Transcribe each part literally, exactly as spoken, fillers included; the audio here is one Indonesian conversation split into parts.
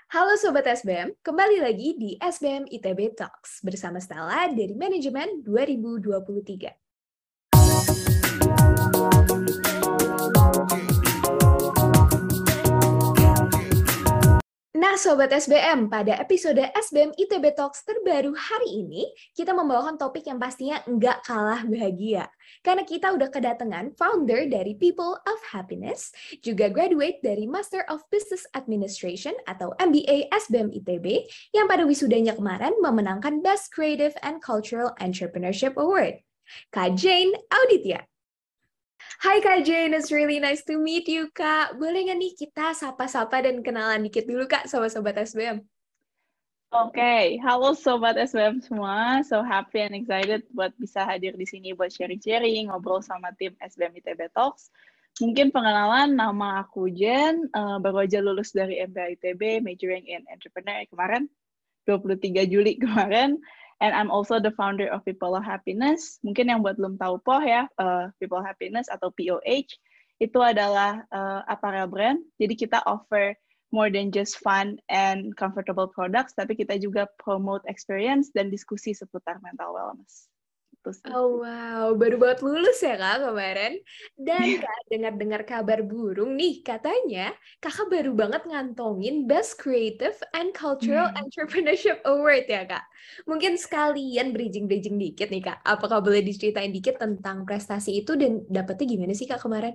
Halo Sobat S B M, kembali lagi di S B M I T B Talks bersama Stella dari Manajemen dua ribu dua puluh tiga. Nah Sobat S B M, pada episode S B M I T B Talks terbaru hari ini, kita membawakan topik yang pastinya nggak kalah bahagia. Karena kita udah kedatangan founder dari People of Happiness, juga graduate dari Master of Business Administration atau M B A S B M I T B, yang pada wisudanya kemarin memenangkan Best Creative and Cultural Entrepreneurship Award. Kak Jane Auditya. Hai Kak Jane, it's really nice to meet you Kak. Boleh nggak nih kita sapa-sapa dan kenalan dikit dulu Kak sama Sobat S B M? Oke, okay. Halo Sobat S B M semua. So happy and excited buat bisa hadir di sini buat sharing-sharing, ngobrol sama tim S B M I T B Talks. Mungkin pengenalan, nama aku Jen, uh, baru aja lulus dari M B A I T B, majoring in entrepreneur kemarin, dua puluh tiga Juli kemarin. And I'm also the founder of People of Happiness. Mungkin yang buat belum tahu P O H ya, uh, People of Happiness atau P O H, itu adalah uh, apparel brand. Jadi kita offer more than just fun and comfortable products, tapi kita juga promote experience dan diskusi seputar mental wellness. Oh wow, baru banget lulus ya Kak kemarin. Dan Kak, dengar-dengar kabar burung nih, katanya Kakak baru banget ngantongin Best Creative and Cultural Entrepreneurship Award ya Kak. Mungkin sekalian bridging-bridging dikit nih Kak. Apakah boleh diceritain dikit tentang prestasi itu dan dapetnya gimana sih Kak kemarin?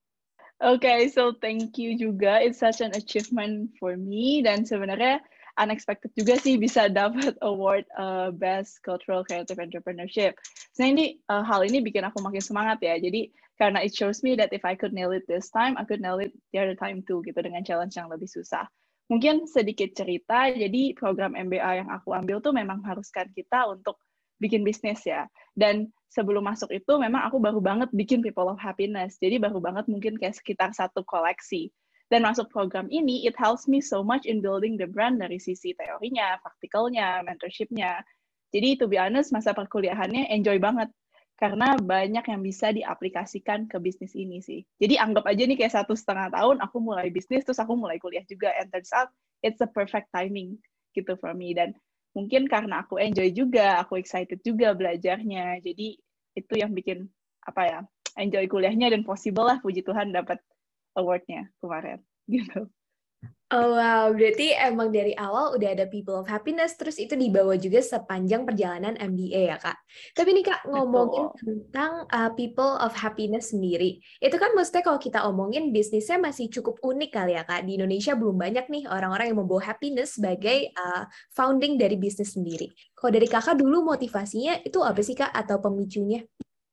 Okay, so thank you juga. It's such an achievement for me. Dan sebenarnya unexpected juga sih bisa dapat award uh, Best Cultural Creative Entrepreneurship. Nah ini uh, hal ini bikin aku makin semangat ya. Jadi karena it shows me that if I could nail it this time, I could nail it the other time too gitu dengan challenge yang lebih susah. Mungkin sedikit cerita. Jadi program M B A yang aku ambil tuh memang haruskan kita untuk bikin bisnis ya. Dan sebelum masuk itu memang aku baru banget bikin People of Happiness. Jadi baru banget mungkin kayak sekitar satu koleksi. Dan masuk program ini, it helps me so much in building the brand dari sisi teorinya, praktikalnya, mentorshipnya. Jadi to be honest, masa perkuliahannya enjoy banget. Karena banyak yang bisa diaplikasikan ke bisnis ini sih. Jadi anggap aja nih kayak satu setengah tahun aku mulai bisnis, terus aku mulai kuliah juga. And turns out, it's the perfect timing gitu for me. Dan mungkin karena aku enjoy juga, aku excited juga belajarnya. Jadi itu yang bikin apa ya, enjoy kuliahnya dan possible lah puji Tuhan dapat award-nya kemarin gitu. Oh wow, berarti emang dari awal udah ada People of Happiness, terus itu dibawa juga sepanjang perjalanan M B A ya Kak. Tapi nih Kak, ngomongin Betul. tentang uh, People of Happiness sendiri, itu kan maksudnya kalau kita omongin bisnisnya masih cukup unik kali ya Kak. Di Indonesia belum banyak nih orang-orang yang membawa happiness sebagai uh, founding dari bisnis sendiri. Kalau dari Kakak dulu motivasinya itu apa sih Kak atau pemicunya?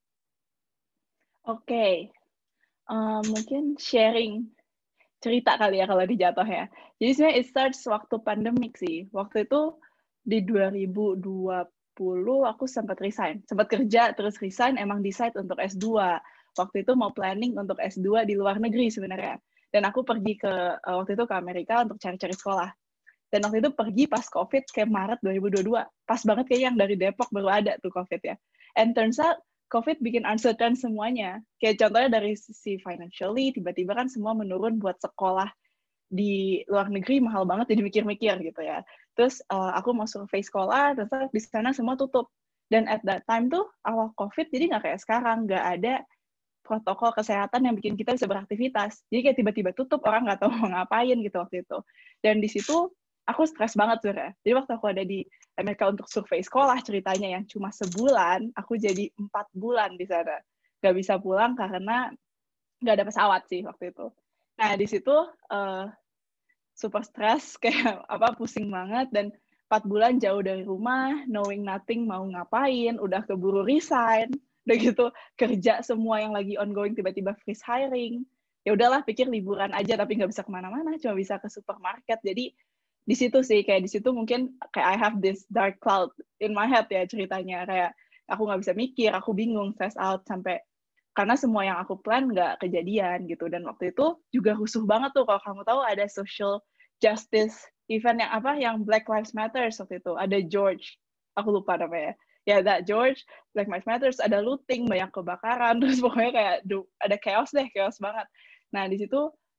Oke, okay. uh, mungkin sharing cerita kali ya kalau dijatuh ya. Jadi sebenarnya it starts waktu pandemik sih. Waktu itu di dua ribu dua puluh aku sempat resign. Sempat kerja terus resign, emang decide untuk S dua. Waktu itu mau planning untuk S dua di luar negeri sebenarnya. Dan aku pergi ke, waktu itu ke Amerika untuk cari-cari sekolah. Dan waktu itu pergi pas COVID kayak Maret dua ribu dua puluh dua. Pas banget kayak yang dari Depok baru ada tuh COVID ya. And turns out COVID bikin uncertain semuanya. Kayak contohnya dari sisi financially, tiba-tiba kan semua menurun buat sekolah di luar negeri mahal banget, jadi mikir-mikir gitu ya. Terus uh, aku mau survei sekolah, terus di sana semua tutup. Dan at that time tuh awal COVID, jadi nggak kayak sekarang, nggak ada protokol kesehatan yang bikin kita bisa beraktivitas. Jadi kayak tiba-tiba tutup, orang nggak tahu mau ngapain gitu waktu itu. Dan di situ aku stres banget sebenarnya. Jadi waktu aku ada di Amerika untuk survei sekolah ceritanya yang cuma sebulan, aku jadi empat bulan di sana. Gak bisa pulang karena gak ada pesawat sih waktu itu. Nah di situ uh, super stres, kayak apa pusing banget, dan empat bulan jauh dari rumah, knowing nothing mau ngapain, udah keburu resign, udah gitu kerja semua yang lagi ongoing tiba-tiba freeze hiring. Ya udahlah pikir liburan aja tapi nggak bisa kemana-mana, cuma bisa ke supermarket. Jadi di situ sih kayak di situ mungkin kayak I have this dark cloud in my head ya ceritanya, kayak aku nggak bisa mikir, aku bingung, stress out sampai karena semua yang aku plan nggak kejadian gitu. Dan waktu itu juga rusuh banget tuh kalau kamu tahu ada social justice event yang apa yang Black Lives Matter waktu itu, ada George, aku lupa namanya ya, that George, Black Lives Matter, ada looting, banyak kebakaran, terus pokoknya kayak ada chaos deh, chaos banget. Nah di situ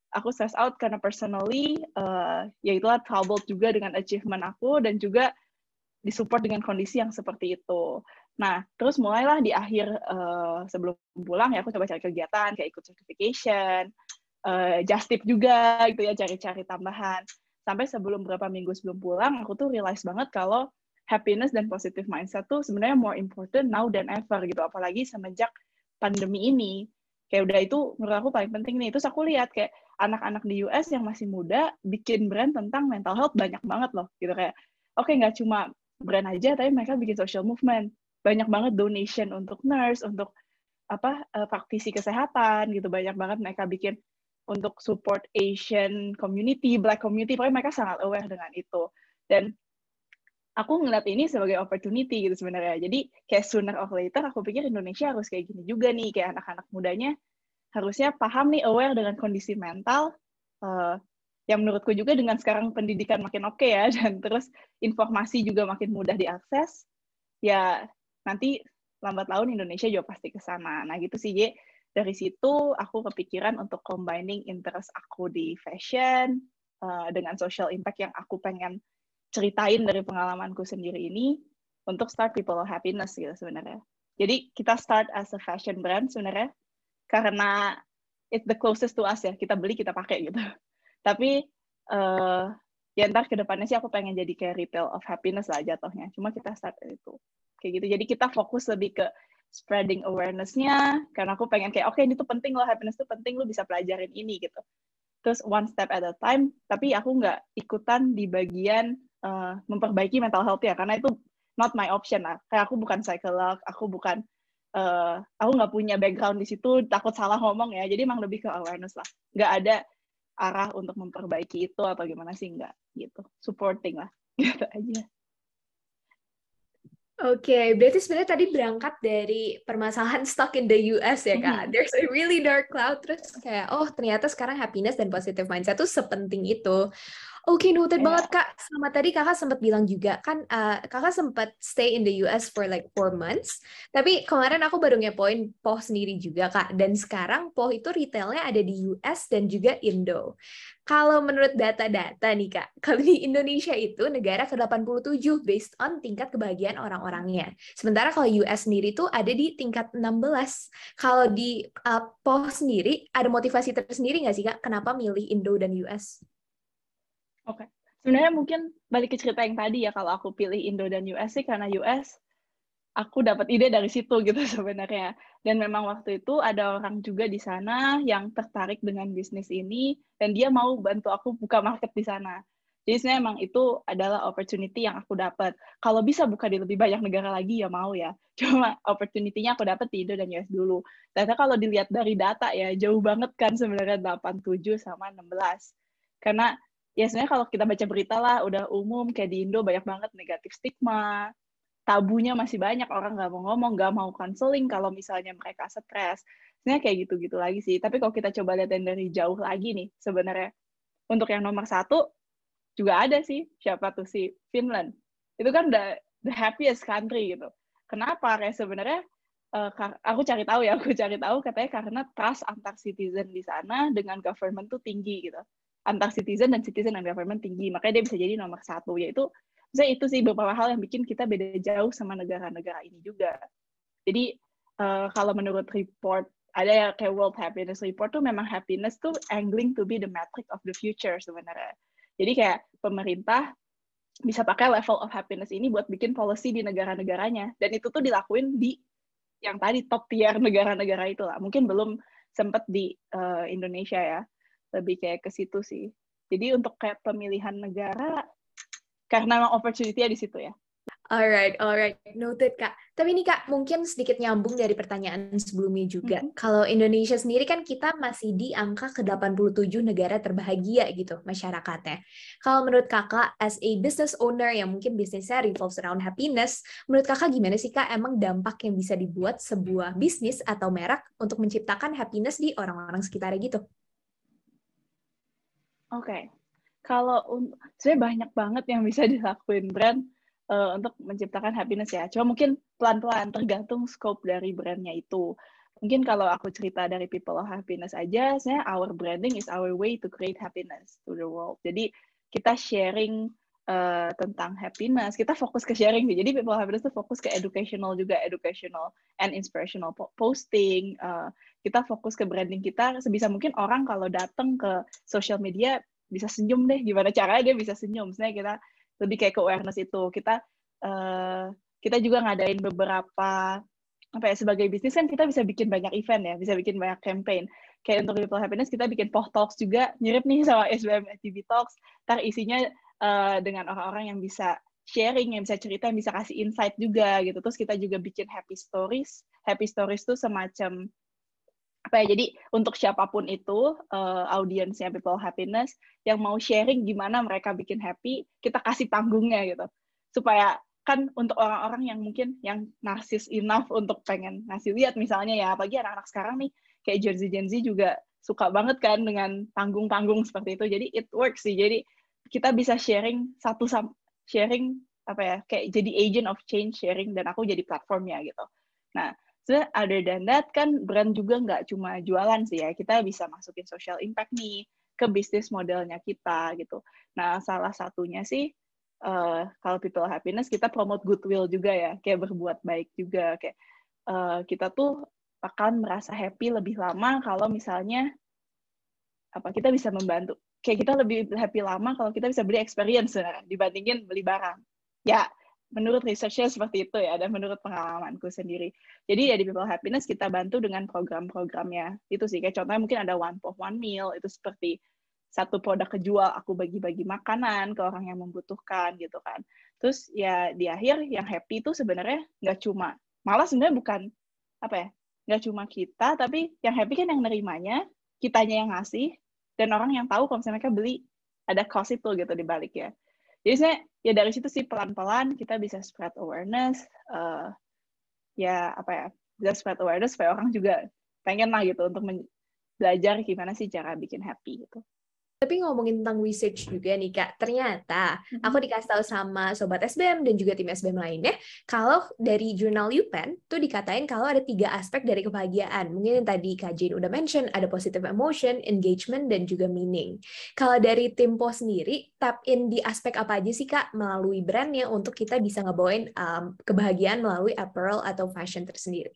aku stress out karena personally, uh, ya itulah troubled juga dengan achievement aku, dan juga disupport dengan kondisi yang seperti itu. Nah, terus mulailah di akhir uh, sebelum pulang ya aku coba cari kegiatan, kayak ikut certification, uh, just tip juga gitu ya, cari-cari tambahan. Sampai sebelum berapa minggu sebelum pulang, aku tuh realize banget kalau happiness dan positive mindset tuh sebenarnya more important now than ever gitu, apalagi semenjak pandemi ini. Kayak udah itu menurut aku paling penting nih. Terus aku lihat kayak anak-anak di U S yang masih muda bikin brand tentang mental health banyak banget loh gitu, kayak oke okay, nggak cuma brand aja, tapi mereka bikin social movement. Banyak banget donation untuk nurse, untuk apa uh, praktisi kesehatan gitu. Banyak banget mereka bikin untuk support Asian community, Black community. Pokoknya mereka sangat aware dengan itu. Dan aku ngeliat ini sebagai opportunity gitu sebenarnya. Jadi kayak sooner or later aku pikir Indonesia harus kayak gini juga nih. Kayak anak-anak mudanya harusnya paham nih, aware dengan kondisi mental. Uh, yang menurutku juga dengan sekarang pendidikan makin oke okay ya, dan terus informasi juga makin mudah diakses, ya nanti lambat laun Indonesia juga pasti ke sana. Nah gitu sih, J. Dari situ aku kepikiran untuk combining interest aku di fashion uh, dengan social impact yang aku pengen ceritain dari pengalamanku sendiri ini untuk start People of Happiness gitu sebenarnya. Jadi kita start as a fashion brand sebenarnya, karena it's the closest to us ya, kita beli, kita pakai gitu. Tapi uh, ya ntar kedepannya sih aku pengen jadi kayak retail of happiness lah jatuhnya. Cuma kita start dari itu. Kayak gitu. Jadi kita fokus lebih ke spreading awareness-nya, karena aku pengen kayak, oke okay, ini tuh penting loh, happiness tuh penting, lo bisa pelajarin ini gitu. Terus one step at a time, tapi aku nggak ikutan di bagian uh, memperbaiki mental health ya, karena itu not my option lah. Kayak aku bukan psikolog, aku bukan, uh, aku nggak punya background di situ, takut salah ngomong ya. Jadi emang lebih ke awareness lah. Nggak ada arah untuk memperbaiki itu atau gimana sih, enggak gitu, supporting lah gitu aja. Oke, okay, berarti sebenarnya tadi berangkat dari permasalahan stuck in the U S ya Kak. Mm-hmm. There's a really dark cloud, terus kayak oh ternyata sekarang happiness dan positive mindset tuh sepenting itu. Oke, okay, noted yeah. banget Kak. Sama tadi Kakak sempat bilang juga kan uh, Kakak sempat stay in the U S for like four months. Tapi kemarin aku baru ngepoin P O H sendiri juga Kak. Dan sekarang P O H itu retailnya ada di U S dan juga Indo. Kalau menurut data-data nih Kak, kalau di Indonesia itu negara ke delapan puluh tujuh based on tingkat kebahagiaan orang-orangnya. Sementara kalau U S sendiri tuh ada di tingkat enam belas. Kalau di uh, P O H sendiri ada motivasi tersendiri nggak sih Kak? Kenapa milih Indo dan U S? Oke, okay. Sebenarnya mungkin balik ke cerita yang tadi ya, kalau aku pilih Indo dan U S sih karena U S aku dapat ide dari situ gitu sebenarnya. Dan memang waktu itu ada orang juga di sana yang tertarik dengan bisnis ini dan dia mau bantu aku buka market di sana. Jadi sebenarnya emang itu adalah opportunity yang aku dapat. Kalau bisa buka di lebih banyak negara lagi ya mau ya. Cuma opportunity-nya aku dapat di Indo dan U S dulu. Ternyata kalau dilihat dari data ya jauh banget kan sebenarnya delapan puluh tujuh sama enam belas. Karena ya sebenarnya kalau kita baca berita lah, udah umum kayak di Indo banyak banget negatif stigma, tabunya masih banyak, orang nggak mau ngomong, nggak mau counseling kalau misalnya mereka stres. Sebenarnya kayak gitu-gitu lagi sih. Tapi kalau kita coba lihat dari jauh lagi nih, sebenarnya untuk yang nomor satu juga ada sih, siapa tuh si Finland. Itu kan the, the happiest country gitu. Kenapa? Kayak sebenarnya uh, aku cari tahu ya, aku cari tahu katanya karena trust antar citizen di sana dengan government tuh tinggi gitu. Antar citizen dan citizen dan government tinggi, makanya dia bisa jadi nomor satu. Yaitu, misalnya itu sih beberapa hal yang bikin kita beda jauh sama negara-negara ini juga. Jadi uh, kalau menurut report ada ya kayak World Happiness Report tuh memang happiness tuh angling to be the metric of the future sebenarnya. Jadi kayak pemerintah bisa pakai level of happiness ini buat bikin policy di negara-negaranya, dan itu tuh dilakuin di yang tadi top tier negara-negara itu lah. Mungkin belum sempet di uh, Indonesia ya. Lebih kayak ke situ sih. Jadi untuk kayak pemilihan negara, karena memang opportunity-nya di situ ya. Alright, alright, noted Kak. Tapi ini Kak, mungkin sedikit nyambung dari pertanyaan sebelumnya juga. Mm-hmm. Kalau Indonesia sendiri kan kita masih di angka ke delapan puluh tujuh negara terbahagia gitu masyarakatnya. Kalau menurut Kakak, as a business owner yang mungkin bisnisnya revolves around happiness, menurut Kakak gimana sih Kak emang dampak yang bisa dibuat sebuah bisnis atau merek untuk menciptakan happiness di orang-orang sekitarnya gitu? Oke, okay. Kalau sebenarnya banyak banget yang bisa dilakuin brand uh, untuk menciptakan happiness ya. Cuma mungkin pelan-pelan tergantung scope dari brandnya itu. mungkin kalau aku cerita dari People of Happiness aja, saya our branding is our way to create happiness to the world. Jadi kita sharing uh, tentang happiness, kita fokus ke sharing. Jadi People of Happiness itu fokus ke educational juga, educational and inspirational posting. Uh, kita fokus ke branding kita, sebisa mungkin orang kalau datang ke social media bisa senyum deh, gimana caranya dia bisa senyum. Misalnya kita lebih kayak ke awareness itu. Kita uh, kita juga ngadain beberapa apa ya, sebagai bisnis kan kita bisa bikin banyak event ya, bisa bikin banyak campaign. Kayak untuk People Happiness kita bikin P O H Talks juga, mirip nih sama S B M T V Talks. Ntar isinya uh, dengan orang-orang yang bisa sharing, yang bisa cerita, yang bisa kasih insight juga gitu. Terus kita juga bikin happy stories. Happy stories itu semacam apa ya, jadi untuk siapapun itu uh, audiensnya People Happiness yang mau sharing gimana mereka bikin happy, kita kasih panggungnya gitu. Supaya kan untuk orang-orang yang mungkin yang narsis enough untuk pengen ngasih lihat misalnya ya, apalagi anak-anak sekarang nih kayak Gen Z Gen Z juga suka banget kan dengan panggung-panggung seperti itu. Jadi it works sih. Jadi kita bisa sharing satu sama sharing apa ya, kayak jadi agent of change sharing, dan aku jadi platformnya gitu. Nah, so other than that kan brand juga nggak cuma jualan sih ya, kita bisa masukin social impact nih ke bisnis modelnya kita gitu. Nah, salah satunya sih Uh, kalau People Happiness kita promote goodwill juga ya, kayak berbuat baik juga, kayak uh, kita tuh akan merasa happy lebih lama kalau misalnya apa kita bisa membantu, kayak kita lebih happy lama kalau kita bisa beli experience sebenarnya dibandingin beli barang ya, menurut researchnya seperti itu ya, dan menurut pengalamanku sendiri. Jadi ya di People Happiness kita bantu dengan program-programnya itu sih, kayak contohnya mungkin ada one for one meal, itu seperti satu produk kejual, aku bagi-bagi makanan ke orang yang membutuhkan gitu kan. Terus ya di akhir yang happy itu sebenarnya nggak cuma, malah sebenarnya bukan apa ya, nggak cuma kita, tapi yang happy kan yang nerimanya, kitanya yang ngasih, dan orang yang tahu kalau misalnya mereka beli ada cost itu gitu di balik ya. Jadi saya ya dari situ sih pelan-pelan kita bisa spread awareness, uh, ya apa ya, bisa spread awareness supaya orang juga pengen lah gitu untuk belajar gimana sih cara bikin happy gitu. Tapi ngomongin tentang research juga nih Kak, ternyata aku dikasih tahu sama Sobat S B M dan juga tim S B M lainnya, kalau dari jurnal UPenn tuh dikatain kalau ada tiga aspek dari kebahagiaan. Mungkin yang tadi Kak Jane udah mention, ada positive emotion, engagement, dan juga meaning. Kalau dari tim P O sendiri, tap in di aspek apa aja sih Kak melalui brandnya untuk kita bisa ngebawain um, kebahagiaan melalui apparel atau fashion tersendiri?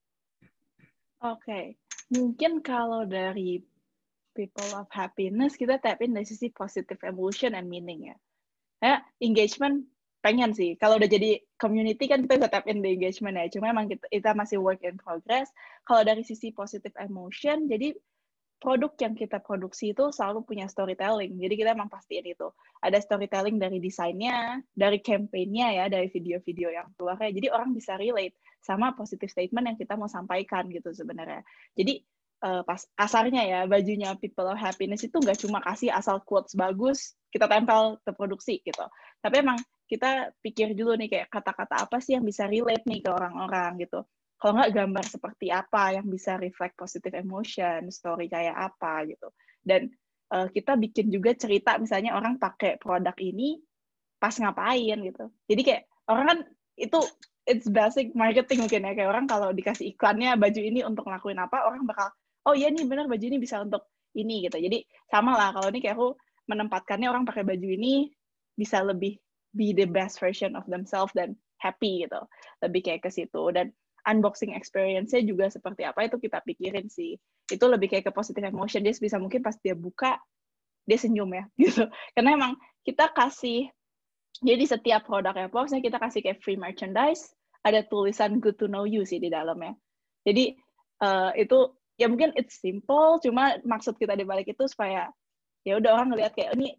Oke, okay. Mungkin kalau dari People of Happiness, kita tap in dari sisi positive emotion and meaning ya. Ya, engagement pengen sih. Kalau udah jadi community kan kita bisa tap in di engagement ya. Cuma emang kita, kita masih work in progress. Kalau dari sisi positive emotion, jadi produk yang kita produksi itu selalu punya storytelling. Jadi kita emang pastiin itu. Ada storytelling dari desainnya, dari campaign-nya ya, dari video-video yang keluarnya. Jadi orang bisa relate sama positive statement yang kita mau sampaikan gitu sebenarnya. Jadi Uh, pas kasarnya ya, bajunya People of Happiness itu nggak cuma kasih asal quotes bagus, kita tempel ke produksi gitu. Tapi emang kita pikir dulu nih kayak kata-kata apa sih yang bisa relate nih ke orang-orang gitu. Kalau nggak gambar seperti apa yang bisa reflect positive emotion, story kayak apa gitu. Dan uh, kita bikin juga cerita misalnya orang pakai produk ini pas ngapain gitu. Jadi kayak orang kan itu it's basic marketing mungkin ya, kayak orang kalau dikasih iklannya baju ini untuk ngelakuin apa, orang bakal oh iya nih benar baju ini bisa untuk ini gitu. Jadi sama lah kalau ini kayak aku menempatkannya orang pakai baju ini bisa lebih be the best version of themselves dan happy gitu. Lebih kayak ke situ. Dan unboxing experience-nya juga seperti apa itu kita pikirin sih. Itu lebih kayak ke positive emotion. Dia bisa mungkin pas dia buka dia senyum ya gitu. Karena emang kita kasih, jadi setiap produknya Plox kita kasih kayak free merchandise, ada tulisan good to know you sih di dalamnya. Jadi uh, itu ya mungkin it's simple, cuma maksud kita di balik itu supaya ya udah orang ngelihat kayak ini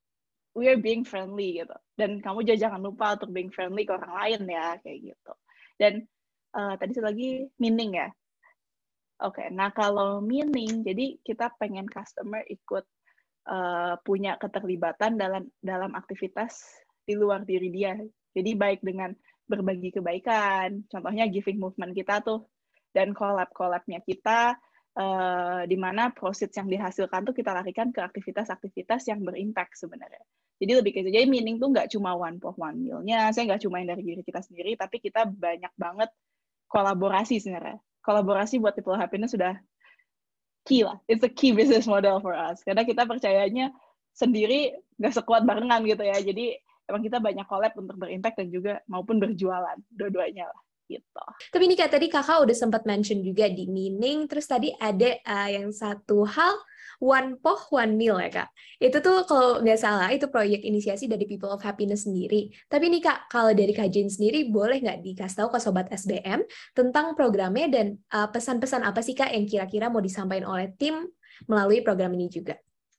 we are being friendly gitu. Dan kamu juga jangan lupa untuk being friendly ke orang lain ya kayak gitu. Dan uh, tadi satu lagi meaning ya. Oke, okay, nah kalau meaning, jadi kita pengen customer ikut uh, punya keterlibatan dalam dalam aktivitas di luar diri dia. Jadi baik dengan berbagi kebaikan, contohnya giving movement kita tuh, dan collab-collabnya kita, uh, di mana proceeds yang dihasilkan tuh kita larikan ke aktivitas-aktivitas yang berimpact sebenarnya. Jadi lebih kayak gitu. Jadi meaning tuh nggak cuma one for one meal-nya, saya nggak cuma yang dari diri kita sendiri, tapi kita banyak banget kolaborasi sebenarnya. kolaborasi buat people happiness sudah key lah. It's a key business model for us. Karena kita percayanya sendiri nggak sekuat barengan gitu ya. Jadi emang kita banyak collab untuk berimpact dan juga maupun berjualan. Dua-duanya lah. Gitu. Tapi nih Kak, tadi Kakak udah sempat mention juga di meaning, terus tadi ada uh, yang satu hal, One Poh, One Meal ya Kak. Itu tuh kalau nggak salah, itu proyek inisiasi dari People of Happiness sendiri. Tapi nih Kak, kalau dari Kak Jane sendiri, boleh nggak dikasih tahu ke Sobat S B M tentang programnya dan uh, pesan-pesan apa sih Kak yang kira-kira mau disampaikan oleh tim melalui program ini juga?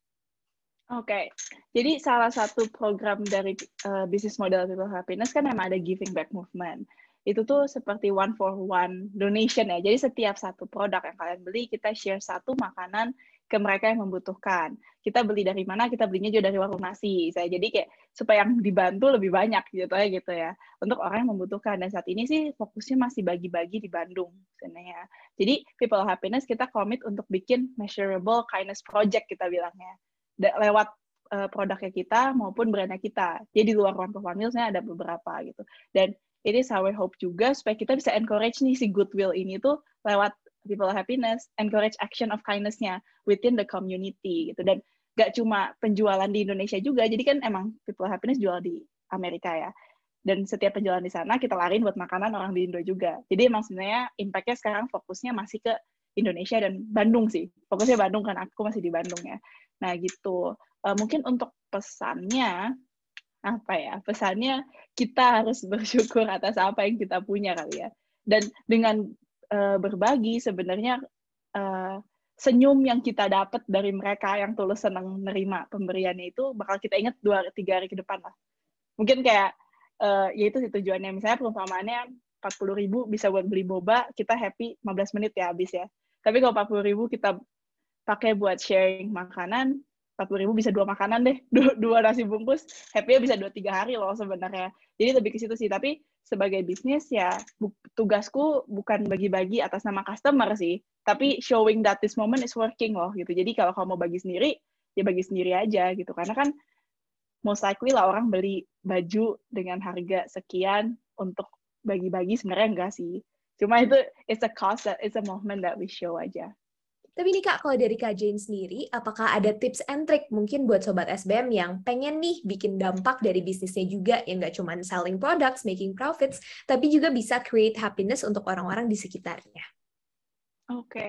Oke, okay. Jadi salah satu program dari uh, bisnis model People of Happiness kan memang ada Giving Back Movement. Itu tuh seperti one for one donation ya. Jadi setiap satu produk yang kalian beli, kita share satu makanan ke mereka yang membutuhkan. Kita beli dari mana? Kita belinya juga dari warung nasi. Saya jadi kayak supaya yang dibantu lebih banyak gitu ya gitu ya. Untuk orang yang membutuhkan. Dan saat ini sih fokusnya masih bagi-bagi di Bandung sebenarnya. Jadi People of Happiness kita komit untuk bikin measurable kindness project kita bilangnya. Lewat uh, produknya kita maupun brandnya kita. Jadi di luar One for One Meal ada beberapa gitu. Dan it is our hope juga supaya kita bisa encourage nih si goodwill ini tuh lewat People of Happiness, encourage action of kindness-nya within the community gitu. Dan gak cuma penjualan di Indonesia juga, jadi kan emang People of Happiness jual di Amerika ya. Dan setiap penjualan di sana kita lariin buat makanan orang di Indo juga. Jadi emang sebenarnya impact-nya sekarang fokusnya masih ke Indonesia dan Bandung sih. Fokusnya Bandung kan aku masih di Bandung ya. Nah gitu. Uh, mungkin untuk pesannya apa ya, pesannya kita harus bersyukur atas apa yang kita punya kali ya. Dan dengan uh, berbagi sebenarnya uh, senyum yang kita dapat dari mereka yang tulus senang menerima pemberiannya itu bakal kita ingat dua tiga hari ke depan lah. Mungkin kayak uh, ya itu sih tujuannya. Misalnya perumpamaannya empat puluh ribu bisa buat beli boba, kita happy lima belas menit ya habis ya. Tapi kalau empat puluh ribu kita pakai buat sharing makanan, empat puluh ribu bisa dua makanan deh, dua, dua nasi bungkus, happy-nya bisa dua tiga hari loh sebenarnya. Jadi lebih ke situ sih. Tapi sebagai bisnis ya bu, tugasku bukan bagi-bagi atas nama customer sih, tapi showing that this moment is working loh gitu. Jadi kalau kamu mau bagi sendiri, ya bagi sendiri aja gitu. Karena kan most likely lah orang beli baju dengan harga sekian untuk bagi-bagi, sebenarnya enggak sih. Cuma itu it's a cost, that it's a moment that we show aja. Tapi nih Kak, kalau dari Kak Jane sendiri, apakah ada tips and trick mungkin buat Sobat S B M yang pengen nih bikin dampak dari bisnisnya juga, yang nggak cuma selling products, making profits, tapi juga bisa create happiness untuk orang-orang di sekitarnya? Oke, okay.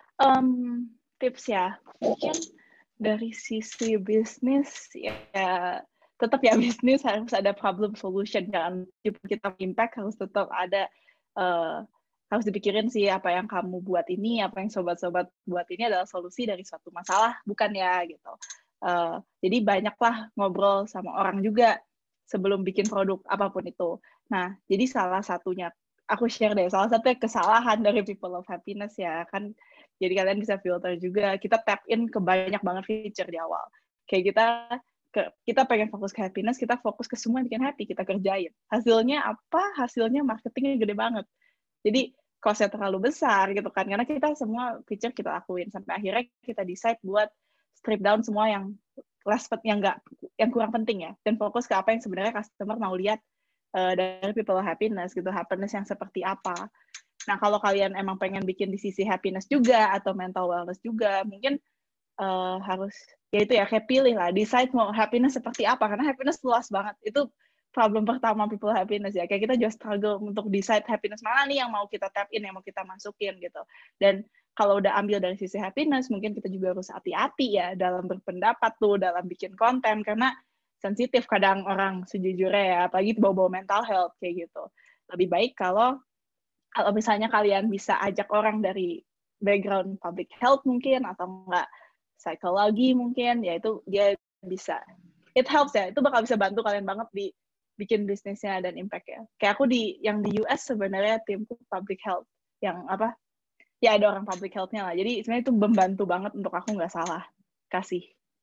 um, tips ya, mungkin dari sisi bisnis, ya tetap ya bisnis harus ada problem solution, kan kita impact harus tetap ada, uh, harus dipikirin sih apa yang kamu buat ini, apa yang sobat-sobat buat ini adalah solusi dari suatu masalah, bukan ya gitu. Uh, jadi banyaklah ngobrol sama orang juga sebelum bikin produk apapun itu. Nah, jadi salah satunya, aku share deh, salah satunya kesalahan dari People of Happiness ya, kan jadi kalian bisa filter juga, kita tap in ke banyak banget feature di awal. Kayak kita ke, kita pengen fokus ke happiness, kita fokus ke semua yang bikin happy, kita kerjain. Hasilnya apa? Hasilnya marketingnya gede banget. Jadi cost-nya terlalu besar gitu kan, karena kita semua feature kita lakuin sampai akhirnya kita decide buat strip down semua yang less yang enggak yang kurang penting ya, dan fokus ke apa yang sebenarnya customer mau lihat uh, dari People of Happiness gitu, happiness yang seperti apa. Nah kalau kalian emang pengen bikin di sisi happiness juga atau mental wellness juga, mungkin uh, harus ya itu ya kayak pilih lah, decide mau happiness seperti apa, karena happiness luas banget. Itu problem pertama People Happiness ya, kayak kita juga struggle untuk decide happiness mana nih yang mau kita tap in, yang mau kita masukin gitu. Dan kalau udah ambil dari sisi happiness, mungkin kita juga harus hati-hati ya dalam berpendapat tuh, dalam bikin konten, karena sensitif kadang orang sejujurnya ya, apalagi bawa-bawa mental health kayak gitu. Lebih baik kalau kalau misalnya kalian bisa ajak orang dari background public health mungkin, atau enggak psikologi mungkin, ya itu dia bisa, it helps ya, itu bakal bisa bantu kalian banget di bikin bisnisnya dan impact ya. Kayak aku di yang di U S sebenarnya timku public health, yang apa? Ya ada orang public health-nya lah. Jadi sebenarnya itu membantu banget untuk aku nggak salah kasih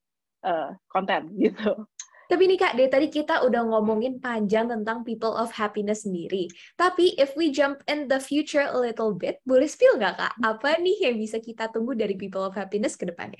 uh, konten gitu. Tapi nih Kak, dari tadi kita udah ngomongin panjang tentang People of Happiness sendiri. Tapi if we jump in the future a little bit, boleh spill nggak Kak? Apa nih yang bisa kita tunggu dari People of Happiness ke depannya?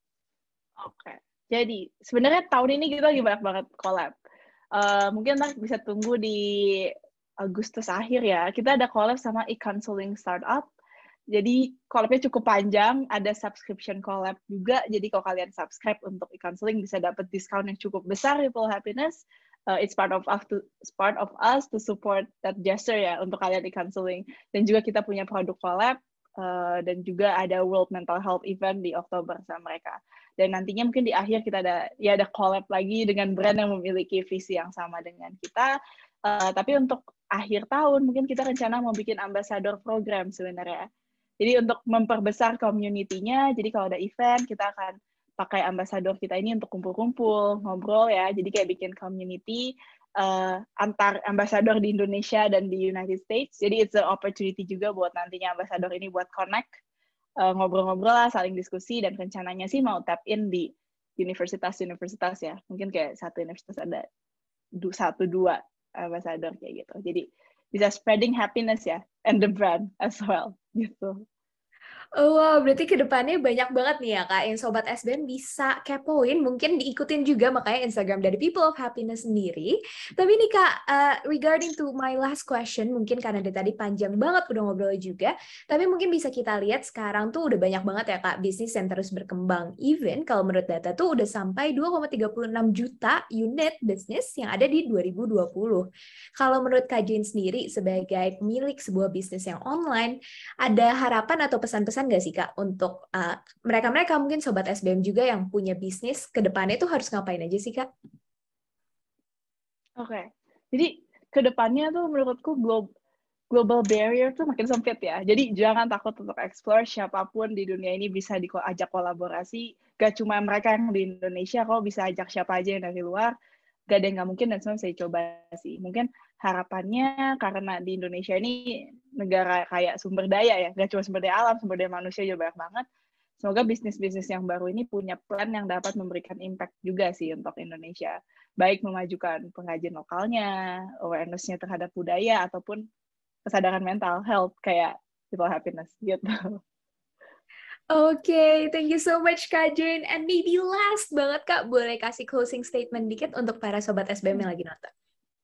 Oke, okay. Jadi sebenarnya tahun ini kita lagi banyak banget collab. Uh, mungkin ntar bisa tunggu di Agustus akhir ya. Kita ada collab sama e-counseling startup Jadi collab-nya cukup panjang, ada subscription collab juga. Jadi kalau kalian subscribe untuk e-counseling bisa dapat diskon yang cukup besar People Happiness. Uh, it's part of us to it's part of us to support that gesture ya untuk kalian e-counseling. Dan juga kita punya produk collab uh, dan juga ada World Mental Health event di Oktober sama mereka. Dan nantinya mungkin di akhir kita ada ya ada collab lagi dengan brand yang memiliki visi yang sama dengan kita. Uh, tapi untuk akhir tahun mungkin kita rencana mau bikin ambassador program sebenarnya. Jadi untuk memperbesar community-nya, jadi kalau ada event, kita akan pakai ambasador kita ini untuk kumpul-kumpul, ngobrol ya. Jadi kayak bikin community uh, antar ambasador di Indonesia dan di United States. Jadi it's an opportunity juga buat nantinya ambasador ini buat connect, uh, ngobrol-ngobrol lah, saling diskusi, dan rencananya sih mau tap in di universitas-universitas ya. Mungkin kayak satu universitas ada du- satu, dua ambasador kayak gitu. Jadi bisa spreading happiness ya, and the brand as well, gitu. Oh, wow, berarti kedepannya banyak banget nih ya Kak, yang Sobat S B M bisa kepoin, mungkin diikutin juga makanya Instagram dari People of Happiness sendiri. Tapi nih Kak, uh, regarding to my last question, mungkin karena dari tadi panjang banget udah ngobrol juga, tapi mungkin bisa kita lihat sekarang tuh udah banyak banget ya Kak, bisnis yang terus berkembang. Even kalau menurut data tuh udah sampai dua koma tiga enam juta unit bisnis yang ada di dua ribu dua puluh. Kalau menurut Kak Jane sendiri, sebagai pemilik sebuah bisnis yang online, ada harapan atau pesan-pesan nggak sih Kak untuk uh, mereka-mereka mungkin Sobat S B M juga yang punya bisnis ke depannya itu harus ngapain aja sih Kak? Oke, okay. Jadi ke depannya tuh menurutku global, global barrier tuh makin sempit ya. Jadi jangan takut untuk explore, siapapun di dunia ini bisa diajak kolaborasi. Gak cuma mereka yang di Indonesia, kok bisa ajak siapa aja yang dari luar. Gak ada yang nggak mungkin dan semua saya coba sih. Mungkin harapannya karena di Indonesia ini negara kayak sumber daya ya, gak cuma sumber daya alam, sumber daya manusia juga banyak banget. Semoga bisnis-bisnis yang baru ini punya plan yang dapat memberikan impact juga sih untuk Indonesia. Baik memajukan pengrajin lokalnya, awareness-nya terhadap budaya, ataupun kesadaran mental health kayak People Happiness gitu. Oke, okay, thank you so much Kak Jane. And maybe last banget Kak, boleh kasih closing statement dikit untuk para Sobat S B M yang lagi nonton.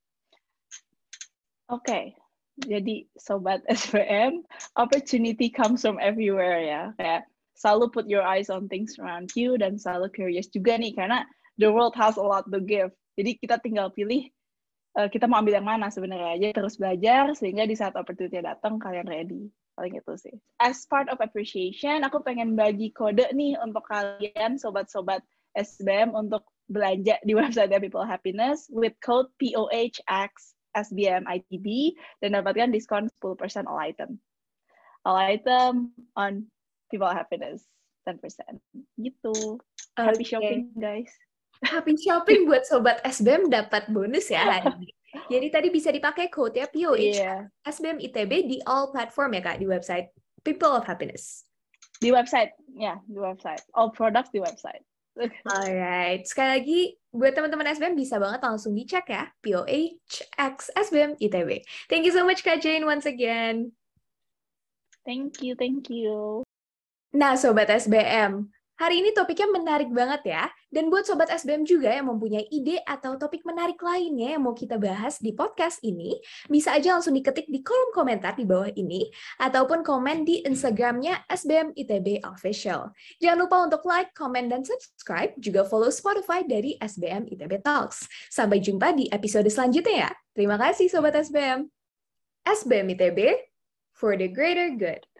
Oke, okay. Jadi Sobat S B M, opportunity comes from everywhere ya. Kayak selalu put your eyes on things around you dan selalu curious juga nih, karena the world has a lot to give. Jadi kita tinggal pilih uh, kita mau ambil yang mana sebenarnya aja, terus belajar sehingga di saat opportunity datang kalian ready. Paling itu sih. As part of appreciation, aku pengen bagi kode nih untuk kalian sobat-sobat S B M untuk belanja di website People Happiness with code P O H X S B M I T B dan dapatkan diskon sepuluh persen all item. All item on People Happiness ten persen. Gitu. Happy okay. Shopping, guys. Happy shopping buat Sobat S B M dapat bonus ya hari ini. Jadi tadi bisa dipakai code ya P O H yeah. S B M I T B di all platform ya Kak, di website People of Happiness. Di website, ya, di website. All products di website. Alright, sekali lagi buat teman-teman S B M bisa banget langsung dicek ya, P O H X S B M I T B. Thank you so much Kak Jane once again. Thank you, thank you. Nah Sobat S B M, hari ini topiknya menarik banget ya. Dan buat Sobat S B M juga yang mempunyai ide atau topik menarik lainnya yang mau kita bahas di podcast ini, bisa aja langsung diketik di kolom komentar di bawah ini, ataupun komen di Instagramnya S B M I T B Official. Jangan lupa untuk like, comment, dan subscribe, juga follow Spotify dari S B M I T B Talks. Sampai jumpa di episode selanjutnya ya. Terima kasih Sobat S B M. S B M I T B, for the greater good.